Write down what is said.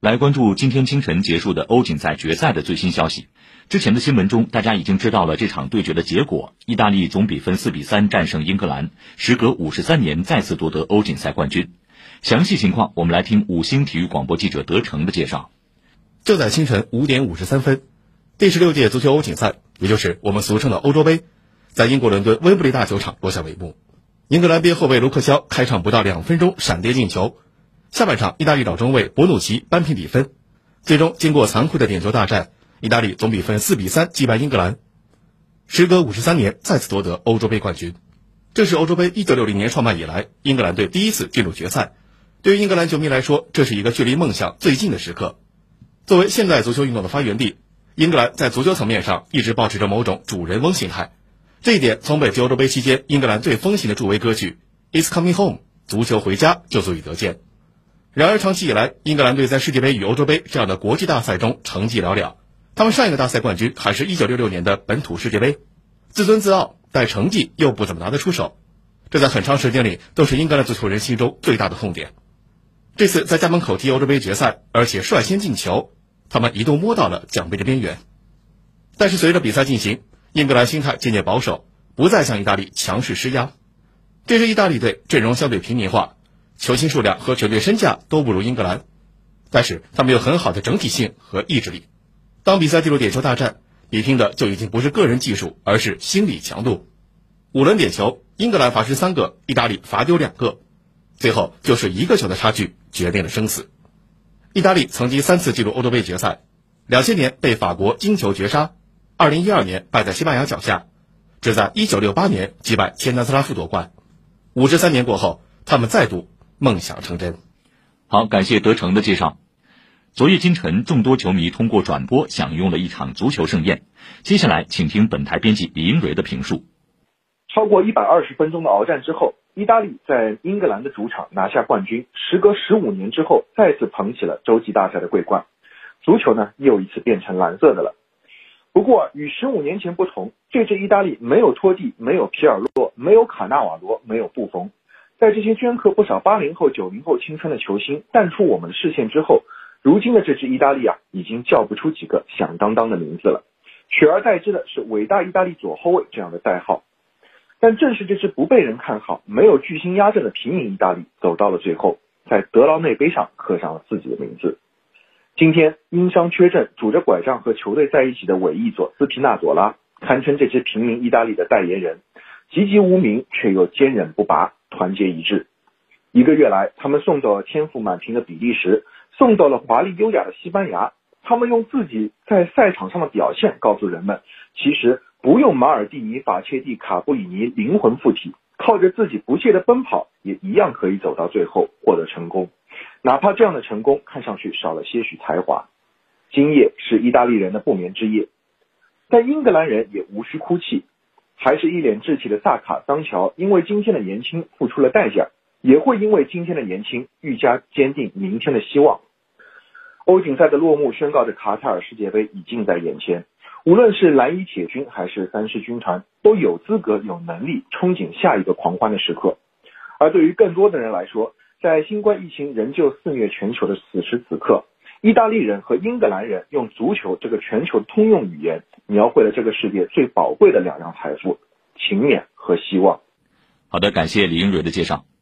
来关注今天清晨结束的欧锦赛决赛的最新消息。之前的新闻中，大家已经知道了这场对决的结果，意大利总比分4-3战胜英格兰，时隔53年再次夺得欧锦赛冠军。详细情况，我们来听五星体育广播记者德成的介绍。 就在清晨5点53分，第16届足球欧锦赛，也就是我们俗称的欧洲杯，在英国伦敦威布利大球场落下帷幕。英格兰边后卫卢克肖开场不到2分钟闪电进球，下半场意大利老中卫博努奇扳平比分，最终经过残酷的点球大战，意大利总比分4-3击败英格兰，时隔53年再次夺得欧洲杯冠军。这是欧洲杯1960年创办以来英格兰队第一次进入决赛，对于英格兰球迷来说，这是一个距离梦想最近的时刻。作为现代足球运动的发源地，英格兰在足球层面上一直保持着某种主人翁心态，这一点从本届欧洲杯期间英格兰最风行的助威歌曲 It's Coming Home 足球回家就足以得见。然而长期以来，英格兰队在世界杯与欧洲杯这样的国际大赛中成绩寥寥，他们上一个大赛冠军还是1966年的本土世界杯，自尊自傲，但成绩又不怎么拿得出手，这在很长时间里都是英格兰足球人心中最大的痛点。这次在家门口踢欧洲杯决赛，而且率先进球，他们一度摸到了奖杯的边缘。但是随着比赛进行，英格兰心态渐渐保守，不再向意大利强势施压。这支意大利队阵容相对平民化，球星数量和球队身价都不如英格兰，但是他们有很好的整体性和意志力。当比赛进入点球大战，比拼的就已经不是个人技术，而是心理强度。5轮点球，英格兰罚失3个，意大利罚丢2个，最后就是1个球的差距决定了生死。意大利曾经3次进入欧洲杯决赛，2000年被法国金球绝杀，2012年败在西班牙脚下，只在1968年击败前南斯拉夫夺冠。53年过后，他们再度梦想成真。 好，感谢德成的介绍。昨夜今晨，众多球迷通过转播享用了一场足球盛宴。接下来，请听本台编辑李英蕊的评述。 超过120分钟的鏖战之后，意大利在英格兰的主场拿下冠军，时隔15年之后再次捧起了洲际大赛的桂冠。足球呢，又一次变成蓝色的了。不过与15年前不同，这支意大利没有托蒂，没有皮尔洛，没有卡纳瓦罗，没有布冯。在这些镌刻不少80后、90后青春的球星淡出我们的视线之后，如今的这支意大利已经叫不出几个响当当的名字了，取而代之的是伟大意大利左后卫这样的代号。但正是这支不被人看好、没有巨星压阵的平民意大利走到了最后，在德劳内杯上刻上了自己的名字。今天因伤缺阵，拄着拐杖和球队在一起的伪翼佐斯皮纳佐拉堪称这支平民意大利的代言人，籍籍无名却又坚韧不拔，团结一致。1个月来，他们送走了天赋满屏的比利时，送走了华丽优雅的西班牙，他们用自己在赛场上的表现告诉人们，其实不用马尔蒂尼、法切蒂、卡布里尼灵魂附体，靠着自己不懈的奔跑，也一样可以走到最后，获得成功。哪怕这样的成功看上去少了些许才华。今夜是意大利人的不眠之夜，但英格兰人也无需哭泣。还是一脸稚气的萨卡桑乔因为今天的年轻付出了代价，也会因为今天的年轻愈加坚定明天的希望。欧锦赛的落幕宣告着卡塔尔世界杯已近在眼前，无论是蓝衣铁军还是三狮军团，都有资格有能力憧憬下一个狂欢的时刻。而对于更多的人来说，在新冠疫情仍旧肆虐全球的此时此刻，意大利人和英格兰人用足球这个全球通用语言，描绘了这个世界最宝贵的2样财富：情面和希望。 好的，感谢李英蕊的介绍。